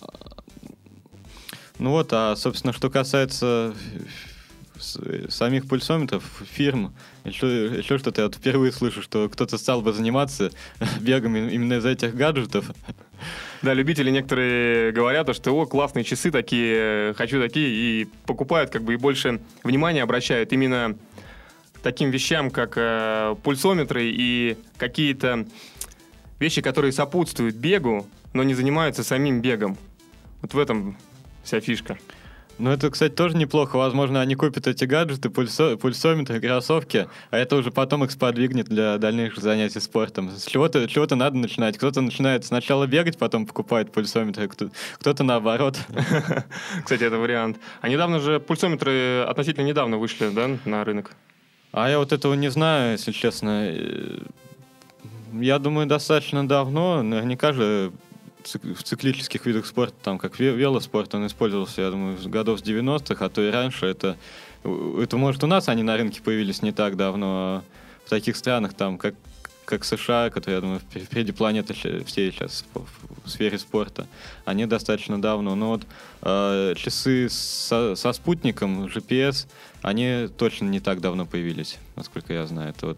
Ну вот, а, собственно, что касается самих пульсометров, фирм, еще что-то, я вот впервые слышу, что кто-то стал бы заниматься бегом именно из этих гаджетов. Да, любители некоторые говорят, что классные часы такие, хочу такие, и покупают как бы и больше внимания обращают именно к таким вещам, как пульсометры и какие-то вещи, которые сопутствуют бегу, но не занимаются самим бегом. Вот в этом вся фишка. Ну, это, кстати, тоже неплохо. Возможно, они купят эти гаджеты, пульсометры, кроссовки, а это уже потом их сподвигнет для дальнейших занятий спортом. С чего-то надо начинать. Кто-то начинает сначала бегать, потом покупает пульсометры, кто-то наоборот. Кстати, это вариант. А недавно же пульсометры относительно недавно вышли, да, на рынок? А я вот этого не знаю, если честно. Я думаю, достаточно давно. Наверняка же в циклических видах спорта, там, как велоспорт, он использовался, я думаю, с годов 90-х, а то и раньше. Это может, у нас они на рынке появились не так давно, а в таких странах, там, как США, которые, я думаю, впереди планеты все сейчас в сфере спорта, они достаточно давно. Но вот часы со спутником, GPS, они точно не так давно появились, насколько я знаю. Это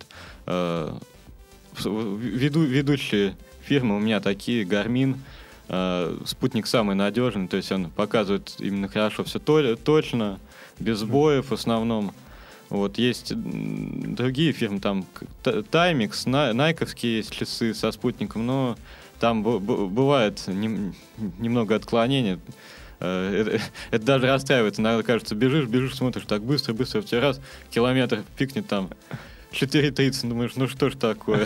вот ведущие фирмы у меня такие, Garmin, спутник самый надежный, то есть он показывает именно хорошо все точно, без сбоев в основном. Вот есть другие фирмы, там Timex, найковские есть часы со спутником, но там бывает немного отклонений. Это даже расстраивает. Иногда кажется, бежишь, смотришь так быстро, в тебе раз километр пикнет там 4:30, думаешь, ну что ж такое.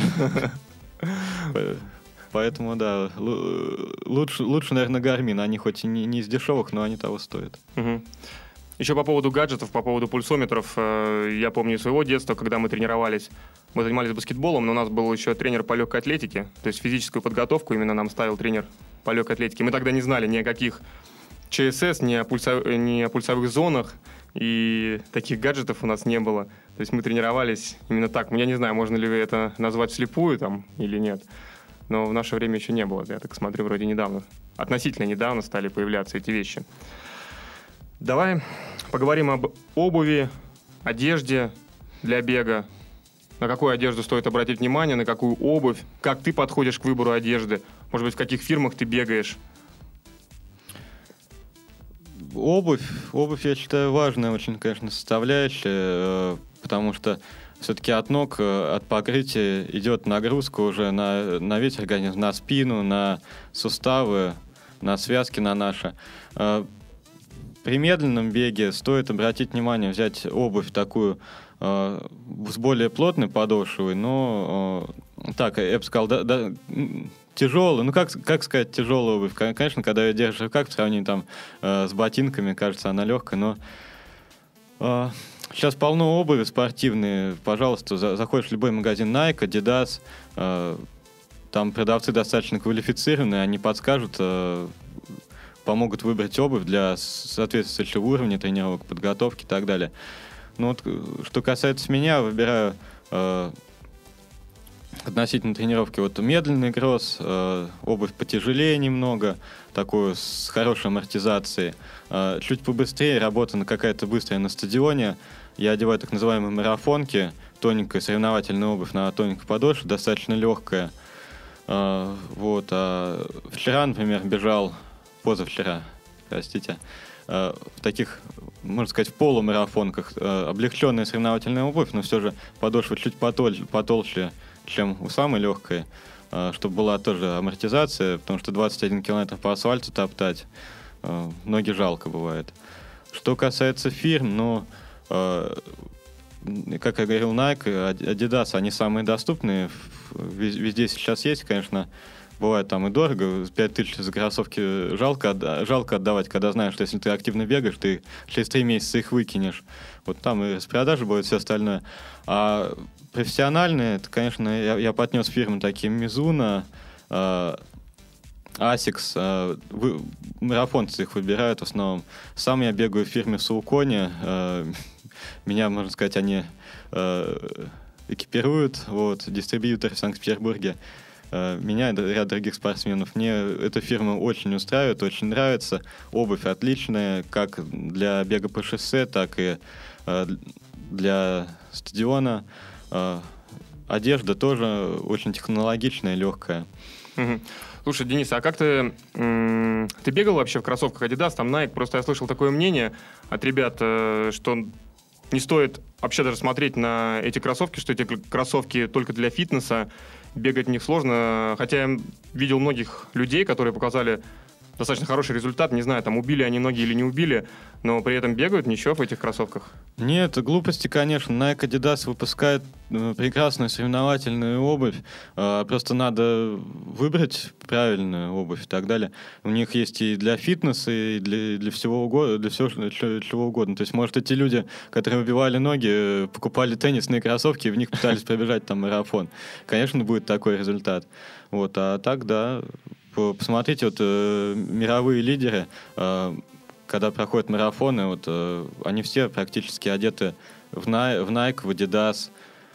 Поэтому, да, лучше, наверное, Garmin. Они хоть и не из дешевых, но они того стоят. Угу. Еще по поводу гаджетов, по поводу пульсометров. Я помню своего детства, когда мы тренировались. Мы занимались баскетболом, но у нас был еще тренер по легкой атлетике. То есть физическую подготовку именно нам ставил тренер по легкой атлетике. Мы тогда не знали ни о каких ЧСС, ни о пульсовых зонах. И таких гаджетов у нас не было. То есть мы тренировались именно так. Я не знаю, можно ли это назвать вслепую там или нет. Но в наше время еще не было. Я так смотрю, вроде недавно. Относительно недавно стали появляться эти вещи. Давай поговорим об обуви, одежде для бега. На какую одежду стоит обратить внимание, на какую обувь. Как ты подходишь к выбору одежды. Может быть, в каких фирмах ты бегаешь. Обувь, я считаю, важная очень, конечно, составляющая, потому что все-таки от ног, от покрытия идет нагрузка уже на весь организм, на спину, на суставы, на связки на наши. При медленном беге стоит обратить внимание, взять обувь такую с более плотной подошвой, но так, я бы сказал, тяжелый, ну как сказать тяжелая обувь? Конечно, когда ее держишь в руках, в сравнении там с ботинками, кажется, она легкая, но сейчас полно обуви спортивной. Пожалуйста, заходишь в любой магазин Nike, Adidas, там продавцы достаточно квалифицированные, они подскажут, помогут выбрать обувь для соответствующего уровня тренировок, подготовки и так далее. Ну вот, что касается меня, выбираю относительно тренировки вот медленный кросс, обувь потяжелее немного, такую с хорошей амортизацией. Чуть побыстрее, работа какая-то быстрая на стадионе. Я одеваю так называемые марафонки, тоненькая соревновательная обувь на тоненькой подошве, достаточно легкая. Вот. Вчера, например, позавчера, простите, в таких, можно сказать, в полумарафонках, облегченная соревновательная обувь, но все же подошва чуть потолще, чем у самой легкой, чтобы была тоже амортизация, потому что 21 километр по асфальту топтать, ноги жалко бывает. Что касается фирм, как я говорил, Nike, Adidas, они самые доступные, везде сейчас есть, конечно, бывает там и дорого, 5000 за кроссовки жалко отдавать, когда знаешь, что если ты активно бегаешь, ты через 3 месяца их выкинешь. Вот там и распродажи будет, все остальное. А профессиональные, это, конечно, я поднес фирмы такие Mizuno, Asics, марафонцы их выбирают в основном. Сам я бегаю в фирме Saucony, меня, можно сказать, они экипируют, вот, дистрибьютор в Санкт-Петербурге. Меня и ряд других спортсменов. Мне эта фирма очень устраивает, очень нравится. Обувь отличная, как для бега по шоссе, так и для стадиона. Одежда тоже очень технологичная, легкая. Угу. Слушай, Денис, а как ты бегал вообще в кроссовках Adidas, там Nike? Просто я слышал такое мнение от ребят, что не стоит вообще даже смотреть на эти кроссовки, что эти кроссовки только для фитнеса, бегать в них сложно. Хотя я видел многих людей, которые показали достаточно хороший результат. Не знаю, там убили они ноги или не убили, но при этом бегают ничего в этих кроссовках. Нет, глупости, конечно. Nike, Adidas выпускают прекрасную соревновательную обувь. Просто надо выбрать правильную обувь и так далее. У них есть и для фитнеса, и для всего угодно, для всего чего угодно. То есть, может, эти люди, которые убивали ноги, покупали теннисные кроссовки и в них пытались пробежать там марафон. Конечно, будет такой результат. Вот, а так, да. Посмотрите, вот мировые лидеры, когда проходят марафоны, вот они все практически одеты в Nike, в Adidas.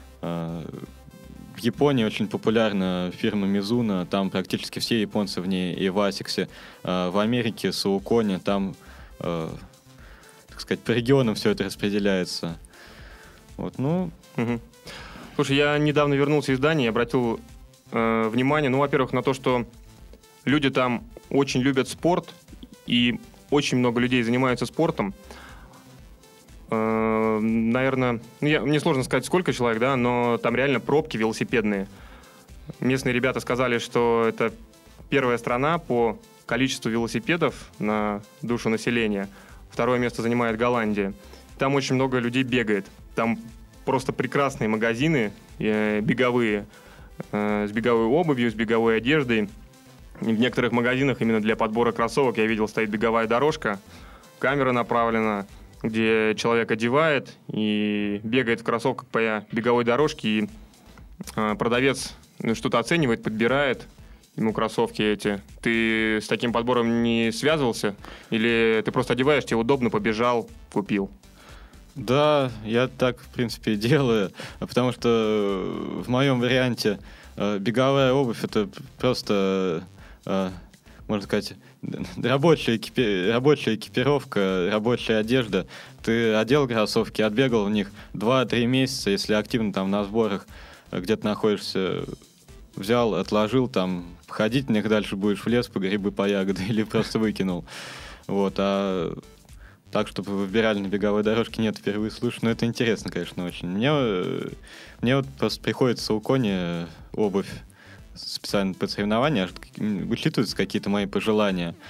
В Японии очень популярна фирма Mizuno, там практически все японцы в ней, и в Asics. В Америке Saucony, там, так сказать, по регионам все это распределяется. Вот, ну... Угу. Слушай, я недавно вернулся из Дании и обратил внимание, во-первых, на то, что люди там очень любят спорт, и очень много людей занимаются спортом. Наверное, мне сложно сказать, сколько человек, да, но там реально пробки велосипедные. Местные ребята сказали, что это первая страна по количеству велосипедов на душу населения. Второе место занимает Голландия. Там очень много людей бегает. Там просто прекрасные магазины беговые, с беговой обувью, с беговой одеждой. В некоторых магазинах именно для подбора кроссовок я видел, стоит беговая дорожка, камера направлена, где человек одевает и бегает в кроссовках по беговой дорожке, и продавец что-то оценивает, подбирает ему кроссовки эти. Ты с таким подбором не связывался? Или ты просто одеваешь, тебе удобно, побежал, купил? Да, я так, в принципе, и делаю, потому что в моем варианте беговая обувь — это просто... можно сказать, рабочая экипировка, рабочая одежда. Ты одел кроссовки, отбегал в них 2-3 месяца, если активно там на сборах где-то находишься, взял, отложил, там, ходить в них дальше будешь в лес по грибы, по ягоды или просто выкинул. Вот, а так, чтобы выбирали на беговой дорожке, нет, впервые слышу, но это интересно, конечно, очень. Мне вот просто приходится у Кони обувь специально под соревнования, учитываются какие-то мои пожелания.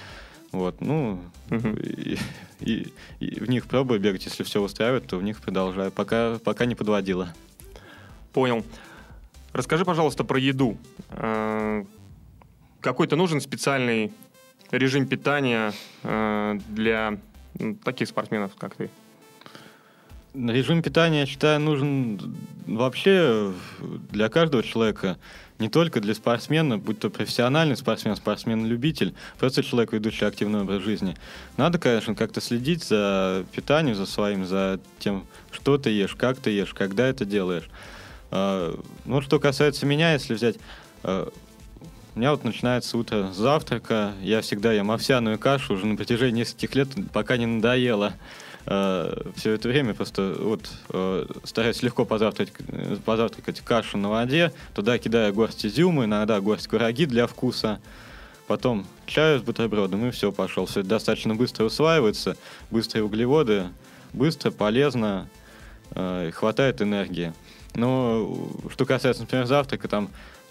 Вот, ну, и в них пробую бегать, если все устраивает, то в них продолжаю, пока не подводило. Понял. Расскажи, пожалуйста, про еду. Какой-то нужен специальный режим питания для таких спортсменов, как ты? Режим питания, я считаю, нужен вообще для каждого человека, не только для спортсмена, будь то профессиональный спортсмен, спортсмен-любитель, просто человек, ведущий активный образ жизни. Надо, конечно, как-то следить за питанием, за своим, за тем, что ты ешь, как ты ешь, когда это делаешь. Ну, что касается меня, если взять... У меня вот начинается утро с завтрака, я всегда ем овсяную кашу уже на протяжении нескольких лет, пока не надоело. Все это время просто стараюсь легко позавтракать кашу на воде, туда кидаю горсть изюма, иногда горсть кураги для вкуса, потом чаю с бутербродом, и все, пошел. Все это достаточно быстро усваивается, быстрые углеводы, быстро, полезно, хватает энергии. Но что касается, например, завтрака, там...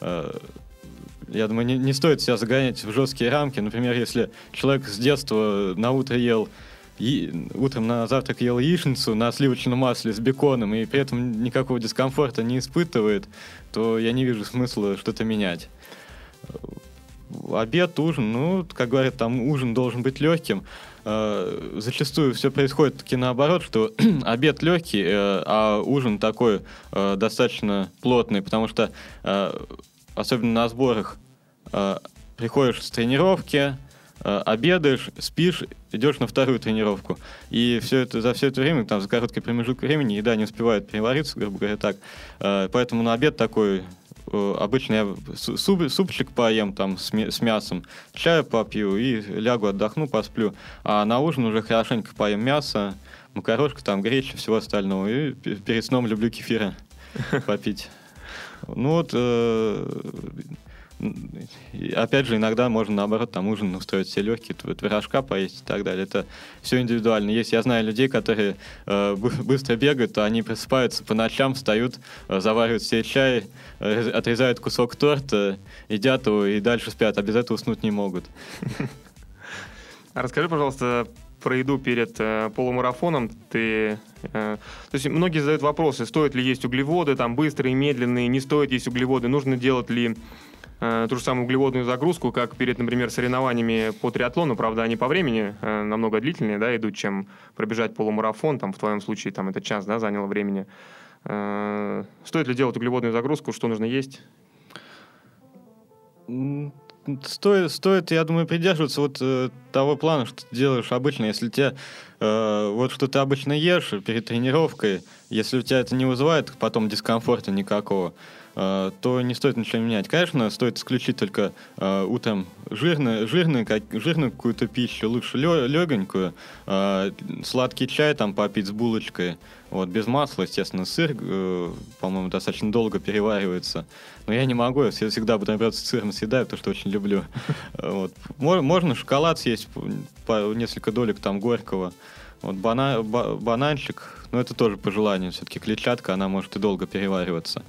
Я думаю, не стоит себя загонять в жесткие рамки. Например, если человек с детства на утро утром на завтрак ел яичницу на сливочном масле с беконом и при этом никакого дискомфорта не испытывает, то я не вижу смысла что-то менять. Обед, ужин, ну, как говорят, там ужин должен быть легким. Зачастую все происходит таки наоборот, что обед легкий, а ужин такой достаточно плотный, потому что особенно на сборах приходишь с тренировки, обедаешь, спишь, идешь на вторую тренировку. И за все это время, там, за короткий промежуток времени, еда не успевает перевариться, грубо говоря, так. Поэтому на обед такой, обычно я супчик поем там с мясом, чаю попью и лягу, отдохну, посплю. А на ужин уже хорошенько поем мясо, макарошка, там, греча, всего остального. И перед сном люблю кефира попить. Ну вот, опять же, иногда можно, наоборот, там ужин устроить все легкие, пирожка поесть и так далее. Это все индивидуально. Я знаю людей, которые быстро бегают, а они просыпаются по ночам, встают, заваривают себе чай, отрезают кусок торта, едят его и дальше спят, а без этого уснуть не могут. А расскажи, пожалуйста, про еду перед полумарафоном. То есть многие задают вопросы, стоит ли есть углеводы, там быстрые, медленные, не стоит есть углеводы, нужно делать ли ту же самую углеводную загрузку, как перед, например, соревнованиями по триатлону, правда, они по времени намного длительнее, да, идут, чем пробежать полумарафон, там, в твоем случае, там, это час, да, заняло времени. Стоит ли делать углеводную загрузку, что нужно есть? Стоит, я думаю, придерживаться того плана, что ты делаешь обычно. Если тебе что ты обычно ешь перед тренировкой, если у тебя это не вызывает потом дискомфорта никакого, то не стоит ничего менять. Конечно, стоит исключить только утром жирную какую-то пищу, лучше легонькую, сладкий чай там попить с булочкой, без масла, естественно, сыр, по-моему, достаточно долго переваривается. Но я не могу, я всегда бутерброд с сыром съедаю, потому что очень люблю. Можно шоколад съесть, по несколько долек там горького. Бананчик, но это тоже по желанию. Все-таки клетчатка, она может и долго перевариваться.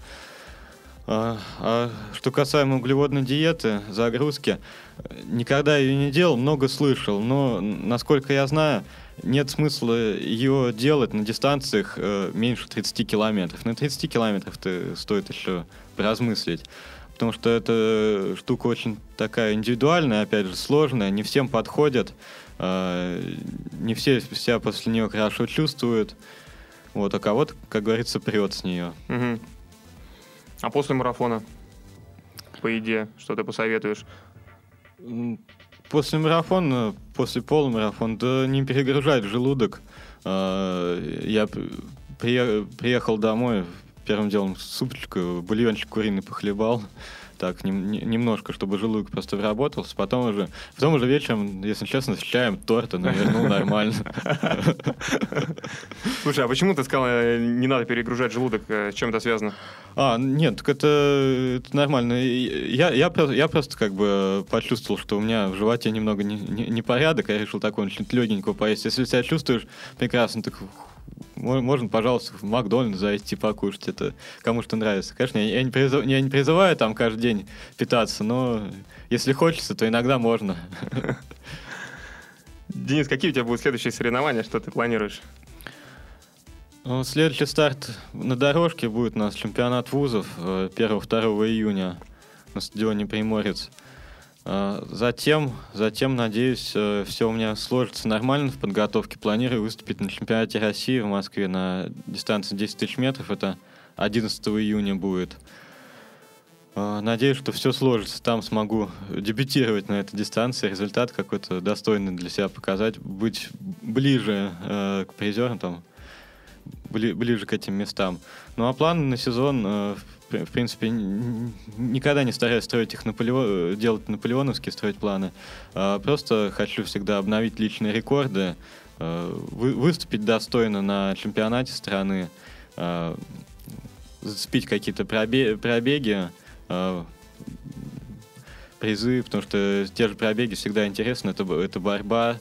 Что касаемо углеводной диеты, загрузки, никогда ее не делал, много слышал, но, насколько я знаю, нет смысла ее делать на дистанциях меньше 30 километров. На 30 километров стоит еще поразмыслить, потому что эта штука очень такая индивидуальная, опять же, сложная, не всем подходит, не все себя после нее хорошо чувствуют, а кого-то, как говорится, прет с нее. Угу. А после марафона, по еде, что ты посоветуешь? После марафона, после полумарафона, да не перегружать желудок. Я приехал домой, первым делом супчик, бульончик куриный похлебал. Так, немножко, чтобы желудок просто выработался. Потом уже вечером, если честно, с чаем торта навернул нормально. Слушай, а почему ты сказал, не надо перегружать желудок? С чем это связано? Нет, так это нормально. Я просто как бы почувствовал, что у меня в животе немного непорядок. Я решил такого чуть легенького поесть. Если себя чувствуешь прекрасно, так можно, пожалуйста, в Макдональдс зайти покушать. Это кому что нравится. Конечно, я не призываю там каждый день питаться, но если хочется, то иногда можно. Денис, какие у тебя будут следующие соревнования, что ты планируешь? Ну, следующий старт на дорожке будет у нас чемпионат вузов 1-2 июня на стадионе Приморец. Затем, надеюсь, все у меня сложится нормально в подготовке. Планирую выступить на чемпионате России в Москве на дистанции 10 тысяч метров. Это 11 июня будет. Надеюсь, что все сложится. Там смогу дебютировать на этой дистанции, результат какой-то достойный для себя показать, быть ближе к призерам, там, ближе к этим местам. Ну а планы на сезон, в принципе, никогда не стараюсь строить их делать наполеоновские, строить планы. Просто хочу всегда обновить личные рекорды, выступить достойно на чемпионате страны, зацепить какие-то пробеги, призы, потому что те же пробеги всегда интересны, это борьба,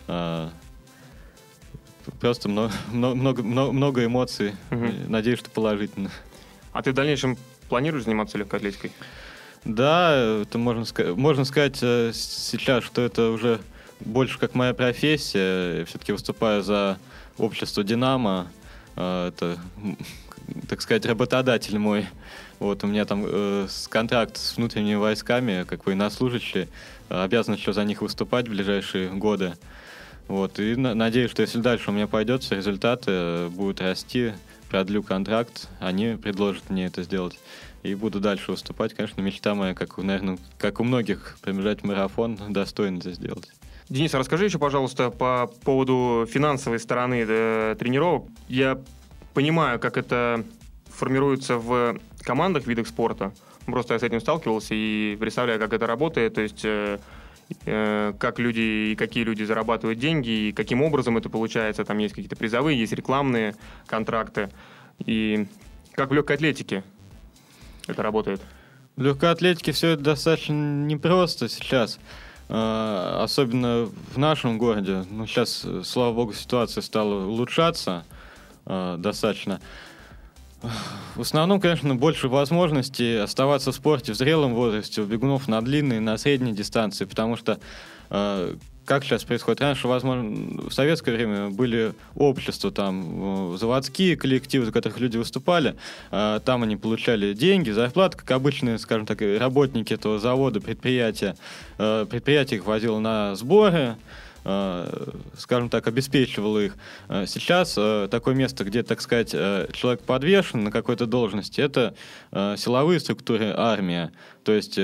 просто много эмоций. Надеюсь, что положительно. А ты в дальнейшем планируешь заниматься легкой атлетикой? Да, это можно сказать сейчас, что это уже больше как моя профессия. Я все-таки выступаю за общество «Динамо». Это, так сказать, работодатель мой. Вот, у меня там контракт с внутренними войсками, как военнослужащий. Обязан еще за них выступать в ближайшие годы. Вот, и надеюсь, что если дальше у меня пойдет, все результаты будут расти, продлю контракт, они предложат мне это сделать. И буду дальше выступать. Конечно, мечта моя, наверное, как у многих, пробежать марафон, достойно это сделать. Денис, расскажи еще, пожалуйста, по поводу финансовой стороны тренировок. Я понимаю, как это формируется в командах, видах спорта. Просто я с этим сталкивался и представляю, как это работает. То есть как люди и какие люди зарабатывают деньги, и каким образом это получается. Там есть какие-то призовые, есть рекламные контракты. И как в легкой атлетике это работает? В легкой атлетике все это достаточно непросто сейчас. Особенно в нашем городе. Ну, сейчас, слава богу, ситуация стала улучшаться достаточно. В основном, конечно, больше возможностей оставаться в спорте в зрелом возрасте у бегунов на длинной и на средней дистанции, потому что, как сейчас происходит, раньше, возможно, в советское время были общества, там, заводские коллективы, за которых люди выступали, там они получали деньги, зарплату, как обычные, скажем так, работники этого завода, предприятия. Предприятие их возило на сборы, скажем так, обеспечивало их. Сейчас такое место, где, так сказать, человек подвешен на какой-то должности, это силовые структуры, армия. То есть,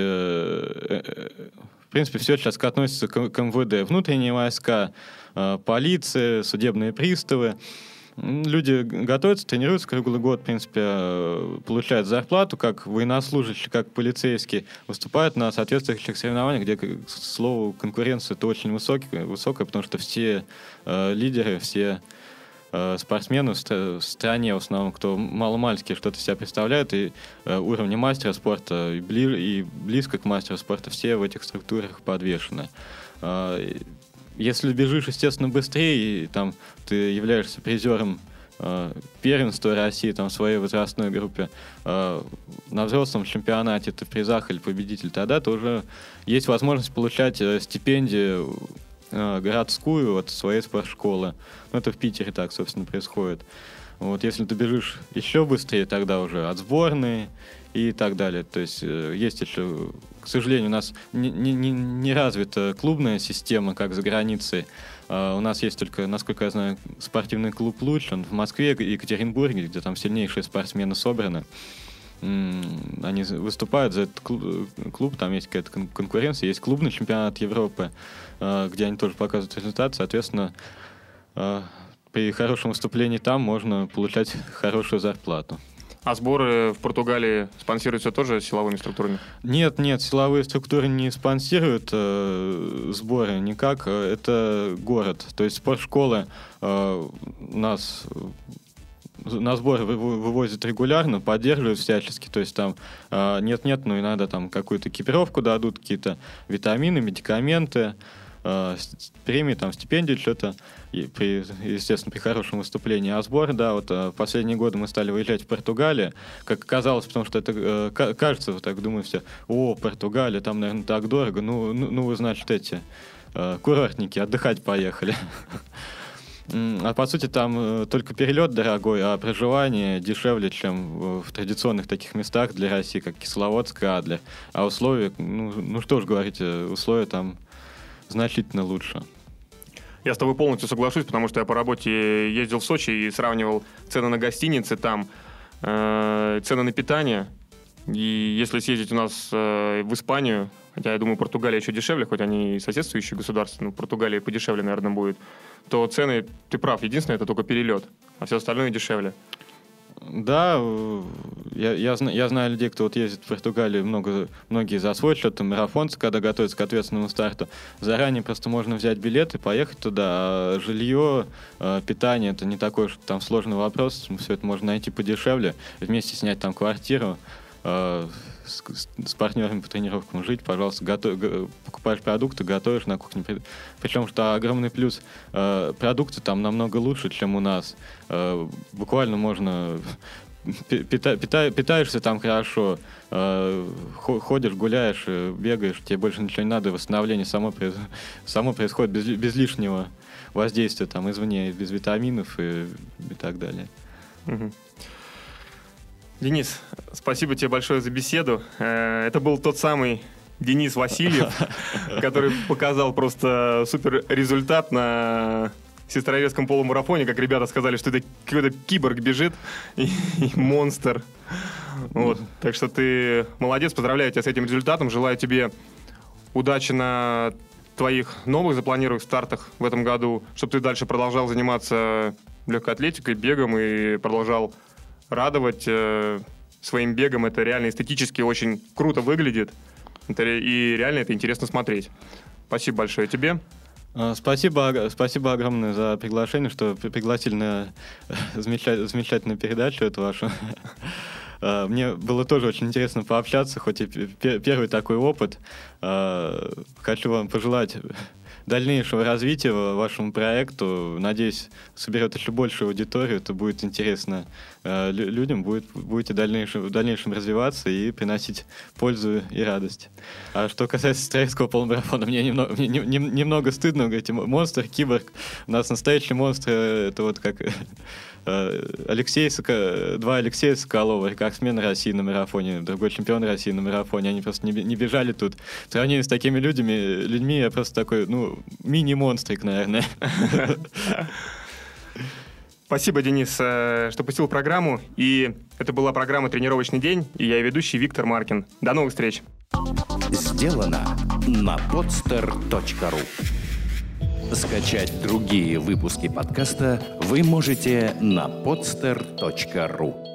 в принципе, все сейчас относится к МВД. Внутренние войска, полиция, судебные приставы. Люди готовятся, тренируются круглый год, в принципе, получают зарплату, как военнослужащие, как полицейские, выступают на соответствующих соревнованиях, где, к слову, конкуренция-то очень высокая, потому что все лидеры, все спортсмены в стране, в основном, кто маломальски что-то себя представляет, и уровня мастера спорта, и близко к мастеру спорта, все в этих структурах подвешены. Если бежишь, естественно, быстрее, и там ты являешься призером первенства России там, в своей возрастной группе, на взрослом чемпионате ты в призах или победитель, тогда то уже есть возможность получать стипендию городскую от своей спортшколы. Ну, это в Питере так, собственно, происходит. Вот, если ты бежишь еще быстрее, тогда уже от сборной и так далее. То есть есть еще, к сожалению, у нас не развита клубная система, как за границей. У нас есть только, насколько я знаю, спортивный клуб «Луч», он в Москве и Екатеринбурге, где там сильнейшие спортсмены собраны. Они выступают за этот клуб, там есть какая-то конкуренция, есть клубный чемпионат Европы, где они тоже показывают результат, соответственно, при хорошем выступлении там можно получать хорошую зарплату. А сборы в Португалии спонсируются тоже силовыми структурами? Нет, силовые структуры не спонсируют сборы никак. Это город. То есть спортшколы нас на сборы вывозят регулярно, поддерживают всячески. То есть там нет-нет, но иногда там какую-то экипировку дадут, какие-то витамины, медикаменты, премии, там, стипендию, что-то, естественно, при хорошем выступлении. А сбор, да, вот в последние годы мы стали выезжать в Португалию, как оказалось, потому что это кажется, вот так думаю все, Португалия, там, наверное, так дорого, ну вы, значит, курортники, отдыхать поехали. А по сути там только перелет дорогой, а проживание дешевле, чем в традиционных таких местах для России, как Кисловодск и Адлер. А условия, ну что ж говорить, условия там значительно лучше. Я с тобой полностью соглашусь, потому что я по работе ездил в Сочи и сравнивал цены на гостиницы там, цены на питание. И если съездить у нас в Испанию, хотя я думаю, Португалия еще дешевле, хоть они и соседствующие государства, но Португалия подешевле, наверное, будет, то цены, ты прав, единственное, это только перелет, а все остальное дешевле. Да, я знаю людей, кто вот ездит в Португалию, многие за свой счет, там, марафонцы, когда готовятся к ответственному старту. Заранее просто можно взять билет и поехать туда. А жилье, питание — это не такой уж там сложный вопрос. Все это можно найти подешевле, вместе снять там квартиру, с партнерами по тренировкам жить, пожалуйста, покупаешь продукты, готовишь на кухне. Причем, что огромный плюс, продукты там намного лучше, чем у нас. Буквально можно... Питаешься там хорошо, ходишь, гуляешь, бегаешь, тебе больше ничего не надо, восстановление само происходит без лишнего воздействия там извне, без витаминов и так далее. Угу. Денис, спасибо тебе большое за беседу. Это был тот самый Денис Васильев, который показал просто супер результат на сестрорецком полумарафоне. Как ребята сказали, что это какой-то киборг бежит и монстр. Вот. Так что ты молодец, поздравляю тебя с этим результатом. Желаю тебе удачи на твоих новых запланированных стартах в этом году, чтобы ты дальше продолжал заниматься легкой атлетикой, бегом и продолжал радовать своим бегом. Это реально эстетически очень круто выглядит. И реально это интересно смотреть. Спасибо большое тебе. Спасибо огромное за приглашение, что пригласили на замечательную передачу эту вашу. Мне было тоже очень интересно пообщаться, хоть и первый такой опыт. Хочу вам пожелать дальнейшего развития вашему проекту. Надеюсь, соберет еще большую аудиторию. Это будет интересно людям. Будете в дальнейшем развиваться и приносить пользу и радость. А что касается сестрорецкого полумарафона, мне немного стыдно. Говорите, монстр, киборг. У нас настоящий монстр. Это вот как... два Алексея Соколова, рекордсмен России на марафоне, другой чемпион России на марафоне. Они просто не бежали тут. В сравнении с такими людьми я просто такой, мини-монстрик, наверное. Спасибо, Денис, что посетил программу. И это была программа «Тренировочный день». И я ведущий Виктор Маркин. До новых встреч. Сделано на podster.ru. Скачать другие выпуски подкаста вы можете на podster.ru.